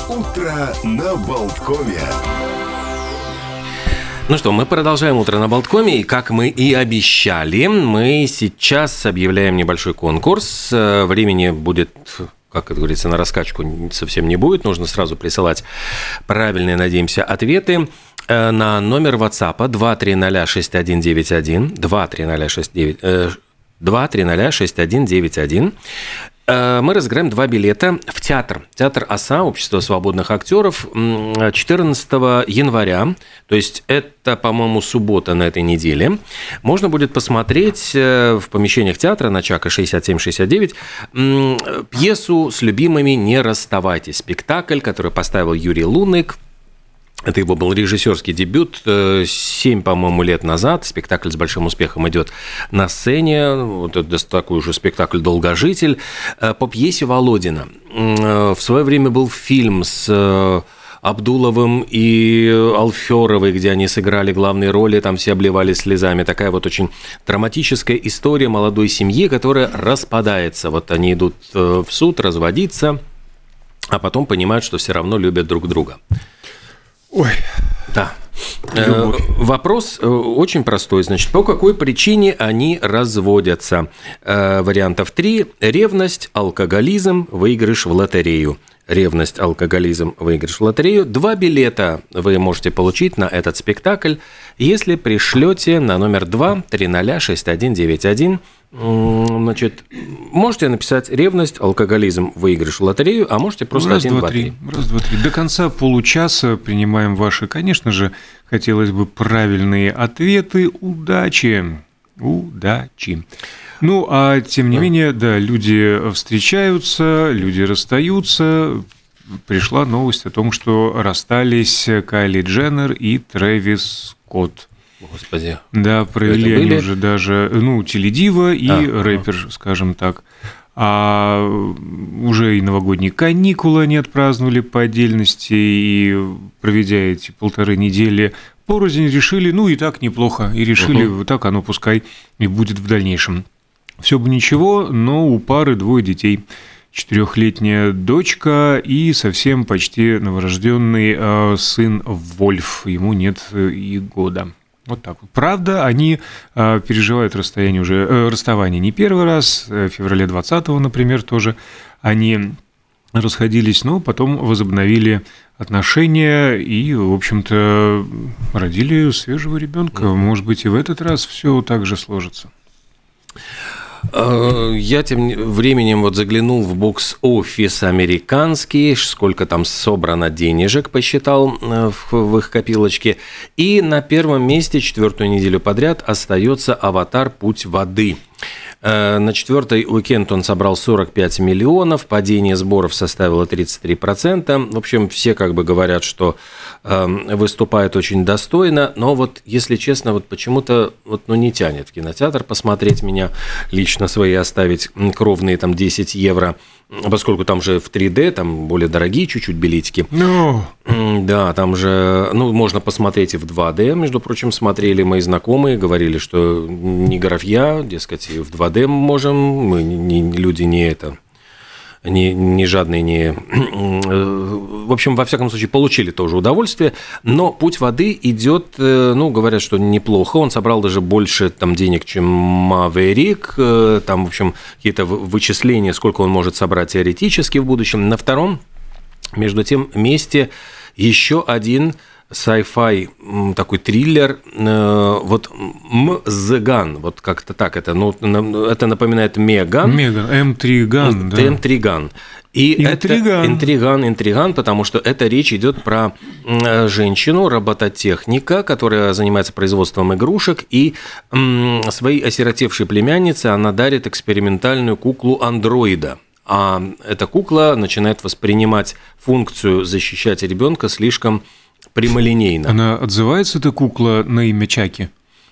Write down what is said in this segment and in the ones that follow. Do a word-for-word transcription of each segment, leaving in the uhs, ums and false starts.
Утро на Болткоме. Ну что, мы продолжаем «Утро на Болткоме», и как мы и обещали, мы сейчас объявляем небольшой конкурс. Времени будет, как это говорится, на раскачку совсем не будет, нужно сразу присылать правильные, надеемся, ответы на номер WhatsApp два три ноль шесть один девять один, два три ноль шесть один девять один. Мы разыграем два билета в театр. Театр ОСА, Общество свободных актеров, четырнадцатого января, то есть это, по-моему, суббота на этой неделе. Можно будет посмотреть в помещениях театра на Чака шестьдесят семь шестьдесят девять пьесу «С любимыми не расставайтесь». Спектакль, который поставил Юрий Лунник. Это его был режиссерский дебют семь, по-моему, лет назад. Спектакль с большим успехом идет на сцене. Вот это такой уже спектакль «Долгожитель» по пьесе Володина. В свое время был фильм с Абдуловым и Алферовой, где они сыграли главные роли, там все обливались слезами. Такая вот очень драматическая история молодой семьи, которая распадается. Вот они идут в суд разводиться, а потом понимают, что все равно любят друг друга. Ой, да. Э, вопрос очень простой. Значит, по какой причине они разводятся? Э, вариантов три. Ревность, алкоголизм, выигрыш в лотерею. Ревность, алкоголизм, выигрыш в лотерею. Два билета вы можете получить на этот спектакль, если пришлете на номер два три ноль шесть один девять один. Значит, можете написать ревность, алкоголизм, выигрыш в лотерею, а можете просто раз, один, два, три. Раз, два, три. До конца получаса принимаем ваши, конечно же, хотелось бы правильные ответы. Удачи! Удачи! Ну, а тем не менее, да, люди встречаются, люди расстаются. Пришла новость о том, что расстались Кайли Дженнер и Трэвис Скотт. Господи. Да, провели они уже даже, ну, теледива и а, рэпер, а. скажем так. А уже и новогодние каникулы они отпраздновали по отдельности, и, проведя эти полторы недели порознь, решили, ну, и так неплохо, и решили, uh-huh. вот так оно пускай и будет в дальнейшем. Все бы ничего, но у пары двое детей. Четырехлетняя дочка и совсем почти новорожденный сын Вольф. Ему нет и года. Вот так вот. Правда, они э, переживают расстояние уже, э, расставание не первый раз, в феврале двадцатого, например, тоже они расходились, но потом возобновили отношения и, в общем-то, родили свежего ребенка. Может быть, и в этот раз все так же сложится. Я тем временем вот заглянул в бокс-офис американский, сколько там собрано денежек, посчитал в их копилочке. И на первом месте четвертую неделю подряд остается «Аватар. Путь воды». На четвертый уикенд он собрал сорок пять миллионов, падение сборов составило тридцать три процента. В общем, все как бы говорят, что выступает очень достойно, но вот, если честно, вот почему-то вот, ну, не тянет в кинотеатр посмотреть меня, лично свои оставить кровные там десять евро, поскольку там же в три дэ, там более дорогие чуть-чуть билетики. No. Да, там же, ну, можно посмотреть и в два дэ, между прочим, смотрели мои знакомые, говорили, что не графья, дескать, и в два дэ можем, мы не, люди не это... Не, не жадные, не... В общем, во всяком случае, получили тоже удовольствие, но «Путь воды» идет, ну, говорят, что неплохо, он собрал даже больше там денег, чем «Маверик», там, в общем, какие-то вычисления, сколько он может собрать теоретически в будущем. На втором, между тем, месте еще один sci-fi такой триллер, вот Мзган, вот как-то так это, ну, это напоминает Меган. Меган, эм три Ган, да. эм три Ган. И интриган. это интриган, интриган, потому что это речь идет про женщину, робототехника, которая занимается производством игрушек, и своей осиротевшей племяннице она дарит экспериментальную куклу-андроида. А эта кукла начинает воспринимать функцию защищать ребенка слишком прямолинейно. Она отзывается, эта кукла, на имя Чаки?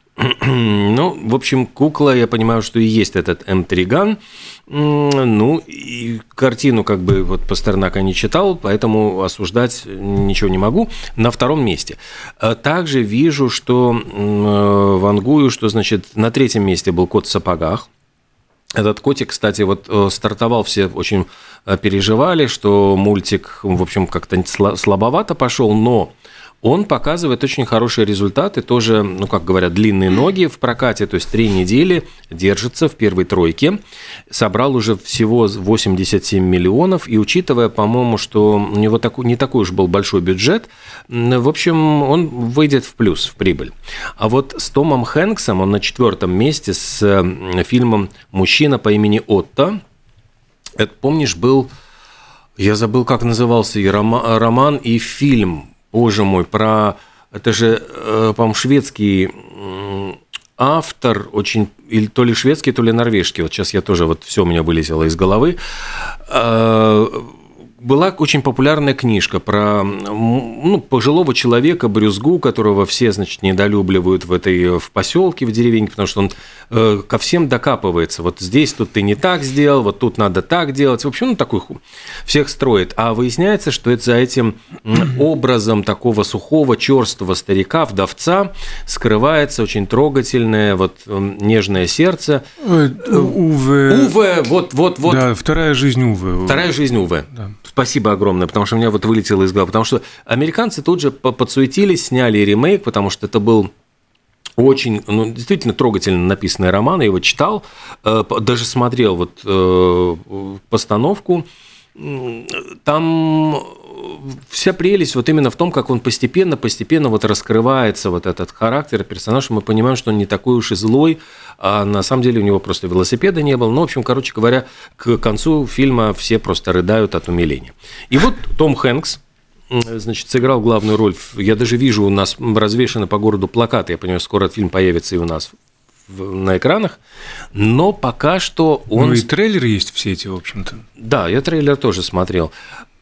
Ну, в общем, кукла, я понимаю, что и есть этот эм три Ган. Ну, и картину как бы вот Пастернака не читал, поэтому осуждать ничего не могу. На втором месте. Также вижу, что вангую, что, значит, на третьем месте был «Кот в сапогах». Этот котик, кстати, вот стартовал, все очень переживали, что мультик, в общем, как-то слабовато пошел, но он показывает очень хорошие результаты, тоже, ну, как говорят, длинные ноги в прокате, то есть три недели держится в первой тройке, собрал уже всего восемьдесят семь миллионов, и учитывая, по-моему, что у него такой, не такой уж был большой бюджет, в общем, он выйдет в плюс, в прибыль. А вот с Томом Хэнксом он на четвертом месте с фильмом «Мужчина по имени Отто». Это, помнишь, был, я забыл, как назывался, и роман, и фильм. Боже мой, про... Это же, по-моему, шведский автор, очень... Или то ли шведский, то ли норвежский. Вот сейчас я тоже... Вот все у меня вылетело из головы. Была очень популярная книжка про, ну, пожилого человека, брюзгу, которого все, значит, недолюбливают в этой в поселке, в деревеньке, потому что он э, ко всем докапывается. Вот здесь тут ты не так сделал, вот тут надо так делать. В общем, ну, такой всех строит. А выясняется, что это за этим образом такого сухого, черствого старика, вдовца, скрывается очень трогательное, вот, нежное сердце. Уве. Уве, вот, вот, вот. Да, вторая жизнь Уве. Вторая жизнь Уве. Да. Спасибо огромное, потому что у меня вот вылетело из головы. Потому что американцы тут же подсуетились, сняли ремейк, потому что это был очень, ну, действительно трогательно написанный роман. Я его читал, даже смотрел вот постановку. Там вся прелесть вот именно в том, как он постепенно-постепенно вот раскрывается, вот этот характер, персонаж, мы понимаем, что он не такой уж и злой, а на самом деле у него просто велосипеда не было. Ну, в общем, короче говоря, к концу фильма все просто рыдают от умиления. И вот Том Хэнкс, значит, сыграл главную роль. Я даже вижу, у нас развешаны по городу плакаты, я понимаю, скоро фильм появится и у нас на экранах, но пока что он... Ну и трейлеры есть все эти, в общем-то. Да, я трейлер тоже смотрел.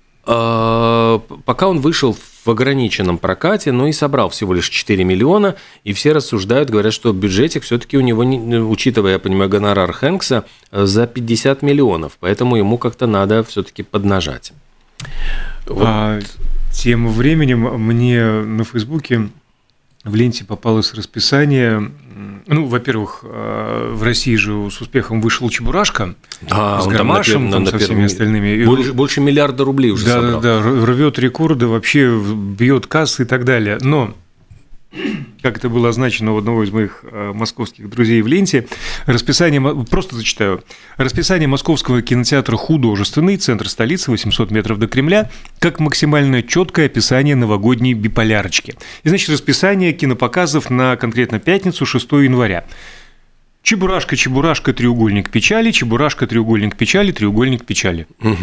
Пока он вышел в ограниченном прокате, но и собрал всего лишь четыре миллиона, и все рассуждают, говорят, что бюджетик все-таки у него, учитывая, я понимаю, гонорар Хэнкса, за пятьдесят миллионов, поэтому ему как-то надо все-таки поднажать. Вот. А тем временем мне на Фейсбуке в ленте попалось расписание. Ну, во-первых, в России же с успехом вышел «Чебурашка», да, с Громашем, там, со всеми остальными. Больше, больше миллиарда рублей уже да, собрал. Да, да, рвет рекорды, вообще бьет кассы и так далее. Но, как это было означено у одного из моих московских друзей в ленте, расписание, просто зачитаю, расписание Московского кинотеатра «Художественный», центр столицы, восемьсот метров до Кремля, как максимально четкое описание новогодней биполярочки. И, значит, расписание кинопоказов на конкретно пятницу, шестого января. Чебурашка, Чебурашка, треугольник печали, Чебурашка, треугольник печали, треугольник печали.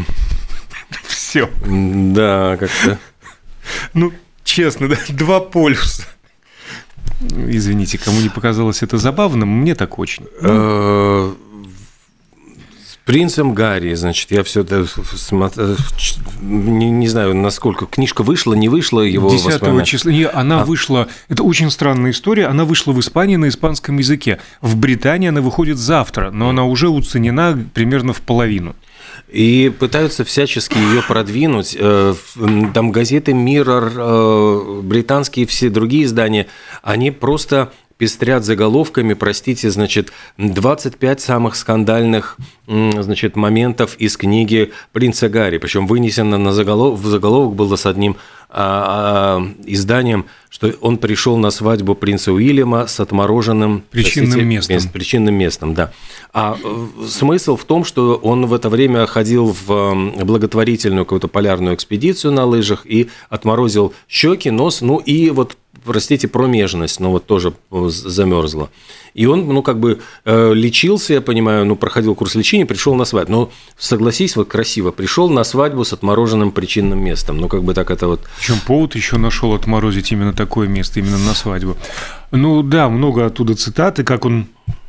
Все. Да, как-то. Ну, честно, два полюса. Извините, кому не показалось это забавным, мне так очень. С принцем Гарри, значит, я все это смотрел, не, не знаю, насколько книжка вышла, не вышла, его десятого числа. Не, она а... вышла, это очень странная история, она вышла в Испании на испанском языке. В Британии она выходит завтра, но она уже уценена примерно в половину. И пытаются всячески ее продвинуть. Там газеты Mirror, британские, все другие издания, они просто пестрят заголовками, простите, значит, двадцать пять самых скандальных, значит, моментов из книги «Принца Гарри». Причем вынесено на заголовок, в заголовок было с одним а, а, изданием, что он пришел на свадьбу принца Уильяма с отмороженным причинным простите, местом. Мест, причинным местом, да. А смысл в том, что он в это время ходил в благотворительную какую-то полярную экспедицию на лыжах и отморозил щеки, нос, ну и вот, простите, промежность, но вот тоже замерзла. И он, ну, как бы лечился, я понимаю, ну, проходил курс лечения, пришел на свадьбу. Но согласись, вот красиво, пришел на свадьбу с отмороженным причинным местом. Ну, как бы так это вот. Причем повод еще нашел отморозить именно такое место, именно на свадьбу. Ну да, много оттуда цитаты, как он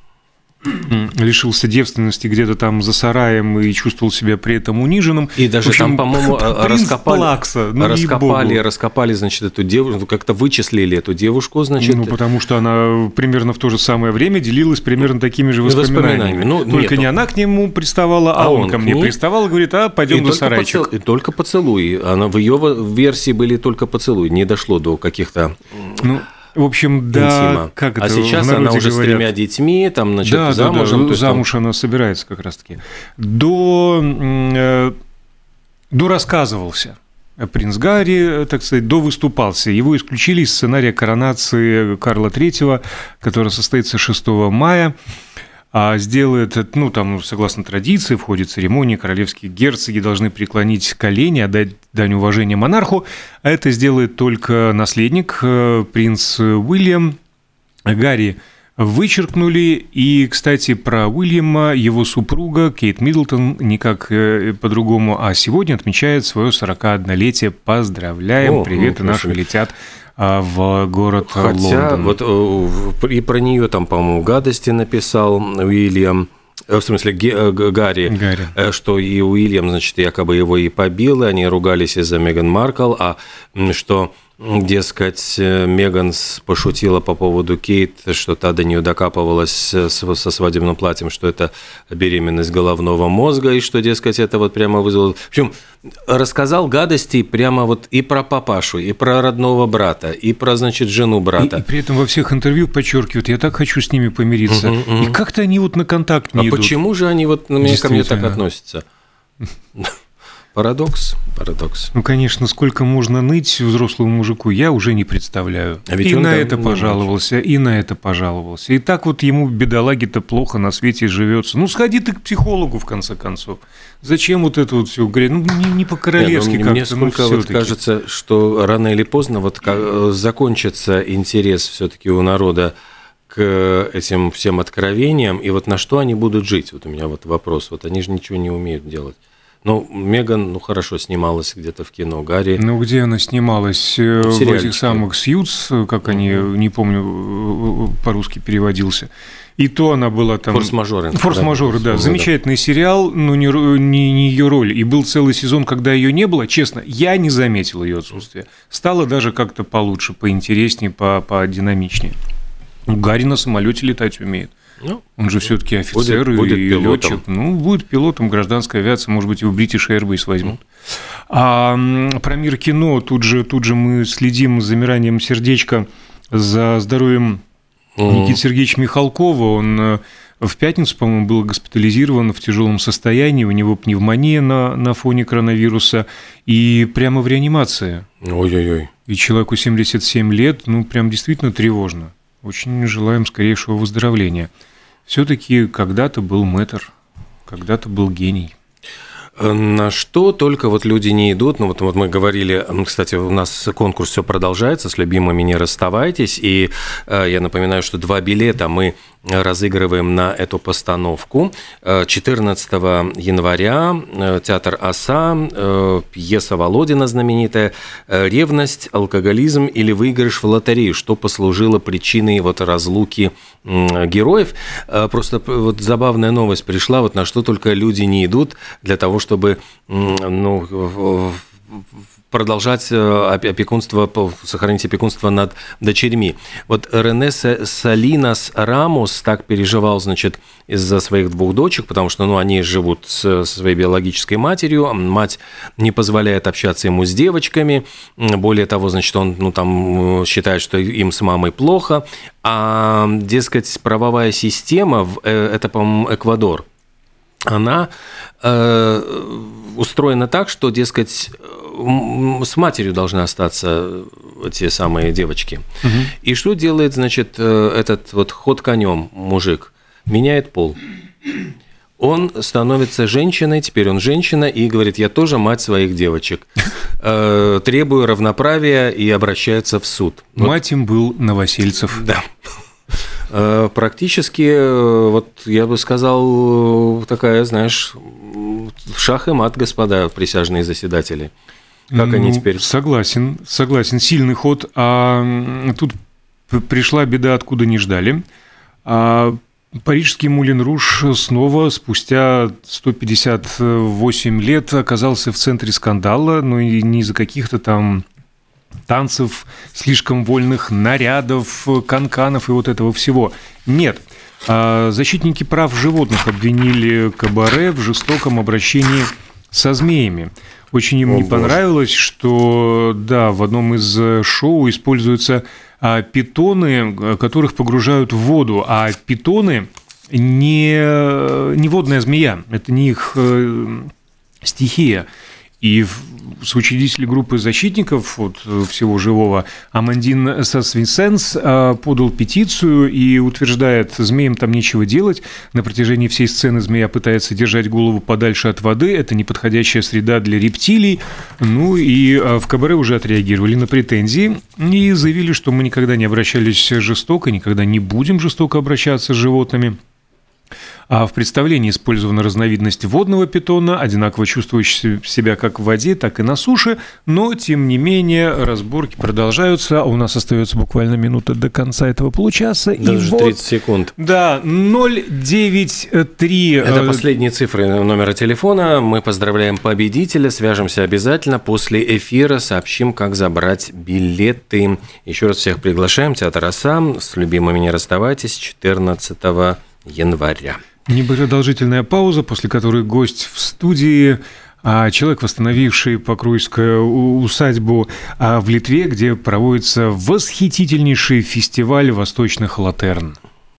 лишился девственности где-то там за сараем и чувствовал себя при этом униженным. И даже общем, там, по-моему, раскопали, плакса, ну, раскопали, раскопали, значит, эту девушку, как-то вычислили эту девушку, значит. Ну, потому что она примерно в то же самое время делилась примерно такими же воспоминаниями. воспоминаниями. Ну, только нет, не он... она к нему приставала, а, а он, он ко мне ней... приставал и говорит, а, пойдем до сарайчика. Поцел... И только поцелуй. Она, в ее версии были только поцелуи, не дошло до каких-то... Ну, В общем, да, интима. Как а это сейчас она уже говорят. С тремя детьми, там, значит, да, замужем. Да, да, замуж там... она собирается как раз-таки. До, э, до рассказывался принц Гарри, так сказать, до выступался. Его исключили из сценария коронации Карла третьего, которая состоится шестого мая. А сделает, ну, там, согласно традиции, в ходе церемонии королевские герцоги должны преклонить колени, отдать дань уважения монарху, а это сделает только наследник, принц Уильям. Гарри вычеркнули, и, кстати, про Уильяма, его супруга Кейт Миддлтон никак по-другому, а сегодня отмечает свое сорокаоднолетие. Поздравляем, О, привет, ну, наши летят в город Хотя, Лондон. Вот и про нее там, по-моему, гадости написал Уильям, в смысле Гарри, Гарри, что и Уильям, значит, якобы его и побил, и они ругались из-за Меган Маркл, а что... Дескать, Меган пошутила по поводу Кейт, что та до нее докапывалась со свадебным платьем, что это беременность головного мозга, и что, дескать, это вот прямо вызвало... В общем, рассказал гадости прямо вот и про папашу, и про родного брата, и про, значит, жену брата. И, и при этом во всех интервью подчеркивают, я так хочу с ними помириться. Uh-huh, uh-huh. И как-то они вот на контакт не а идут. А почему же они вот ко мне так относятся? Парадокс, парадокс. Ну, конечно, сколько можно ныть взрослому мужику, я уже не представляю. А ведь и на это пожаловался, и на это пожаловался. И так вот ему, бедолаге-то, плохо на свете живется. Ну, сходи ты к психологу, в конце концов. Зачем вот это вот все говорить? Ну, не, не по-королевски Нет, ну, как-то. Мне сколько ну, вот кажется, что рано или поздно вот закончится интерес все-таки у народа к этим всем откровениям, и вот на что они будут жить? Вот у меня вот вопрос. Вот они же ничего не умеют делать. Ну, Меган, ну, хорошо, снималась где-то в кино. Гарри... Ну, где она снималась? В, в этих самых «Сьюз», как они, mm-hmm. не помню, по-русски переводился. И то она была там... «Форс-мажоры». «Форс-мажоры», да. да. Замечательный сериал, но не, не, не ее роль. И был целый сезон, когда ее не было. Честно, я не заметил ее отсутствие. Стало даже как-то получше, поинтереснее, подинамичнее. Гарри на самолете летать умеет. Ну, он же все-таки офицер будет, будет и пилотом. Летчик. Ну, будет пилотом гражданской авиации, может быть, его British Airways возьмут. А про мир кино тут же, тут же мы следим с замиранием сердечка за здоровьем mm. Никиты Сергеевича Михалкова. Он в пятницу, по-моему, был госпитализирован в тяжелом состоянии, у него пневмония на, на фоне коронавируса, и прямо в реанимации. Ой-ой-ой. И человеку семьдесят семь лет, ну, прям действительно тревожно. Очень желаем скорейшего выздоровления. Все-таки когда-то был мэтр, когда-то был гений. На что только вот люди не идут. Ну, вот, вот мы говорили, кстати, у нас конкурс все продолжается, с любимыми не расставайтесь. И э, я напоминаю, что два билета мы разыгрываем на эту постановку. четырнадцатого января театр «Оса», пьеса Володина знаменитая «Ревность, алкоголизм или выигрыш в лотерею», что послужило причиной вот разлуки героев. Просто вот забавная новость пришла, вот на что только люди не идут для того, чтобы, ну, продолжать опекунство, сохранить опекунство над дочерьми. Вот Рене Салинас Рамос так переживал, значит, из-за своих двух дочек, потому что, ну, они живут со своей биологической матерью, мать не позволяет общаться ему с девочками, более того, значит, он, ну, там считает, что им с мамой плохо, а, дескать, правовая система, это, по-моему, Эквадор, она э, устроена так, что, дескать, с матерью должны остаться те самые девочки. Угу. И что делает, значит, этот вот ход конем мужик? Меняет пол. Он становится женщиной, теперь он женщина, и говорит, я тоже мать своих девочек. Э, требую равноправия и обращается в суд. Мать им был Новосельцев. Да. Практически, вот я бы сказал, такая, знаешь, шах и мат, господа присяжные заседатели. Как ну, они теперь? Согласен, согласен, сильный ход. А тут пришла беда, откуда не ждали. А парижский Мулен Руж снова спустя сто пятьдесят восемь лет оказался в центре скандала, но и не из-за каких-то там танцев, слишком вольных нарядов, канканов и вот этого всего. Нет. Защитники прав животных обвинили Кабаре в жестоком обращении со змеями. Очень им О, не боже. понравилось, что, да, в одном из шоу используются а, питоны, которых погружают в воду, а питоны не, не водная змея, это не их э, стихия. И соучредитель группы защитников от всего живого Амандин Сасвинсенс подал петицию и утверждает, змеям там нечего делать. На протяжении всей сцены змея пытается держать голову подальше от воды. Это неподходящая среда для рептилий. Ну и в КБР уже отреагировали на претензии и заявили, что мы никогда не обращались жестоко, никогда не будем жестоко обращаться с животными. А в представлении использована разновидность водного питона, одинаково чувствующая себя как в воде, так и на суше, но, тем не менее, разборки продолжаются. У нас остается буквально минута до конца этого получаса. Даже и вот, тридцать секунд. Да, ноль девять три. Это последние цифры номера телефона. Мы поздравляем победителя, свяжемся обязательно. После эфира сообщим, как забрать билеты. Еще раз всех приглашаем. Театр «Оса». С любимыми не расставайтесь. четырнадцатого января. Непродолжительная пауза, после которой гость в студии, человек, восстановивший Покруйскую усадьбу в Литве, где проводится восхитительнейший фестиваль восточных латерн.